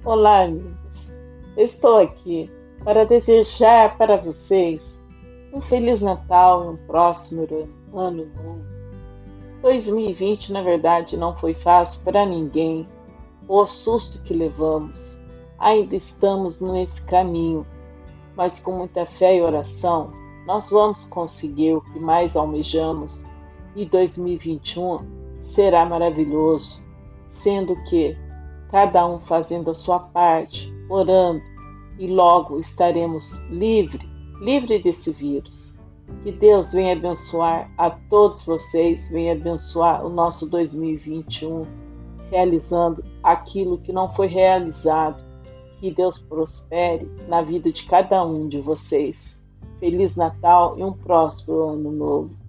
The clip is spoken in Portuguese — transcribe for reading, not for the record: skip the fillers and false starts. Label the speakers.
Speaker 1: Olá, amigos. Eu estou aqui para desejar para vocês um Feliz Natal e um próximo ano novo. 2020, na verdade, não foi fácil para ninguém. O susto que levamos. Ainda estamos nesse caminho, mas com muita fé e oração, nós vamos conseguir o que mais almejamos e 2021 será maravilhoso, sendo que cada um fazendo a sua parte, orando, e logo estaremos livre desse vírus. Que Deus venha abençoar a todos vocês, venha abençoar o nosso 2021, realizando aquilo que não foi realizado. Que Deus prospere na vida de cada um de vocês. Feliz Natal e um próspero ano novo.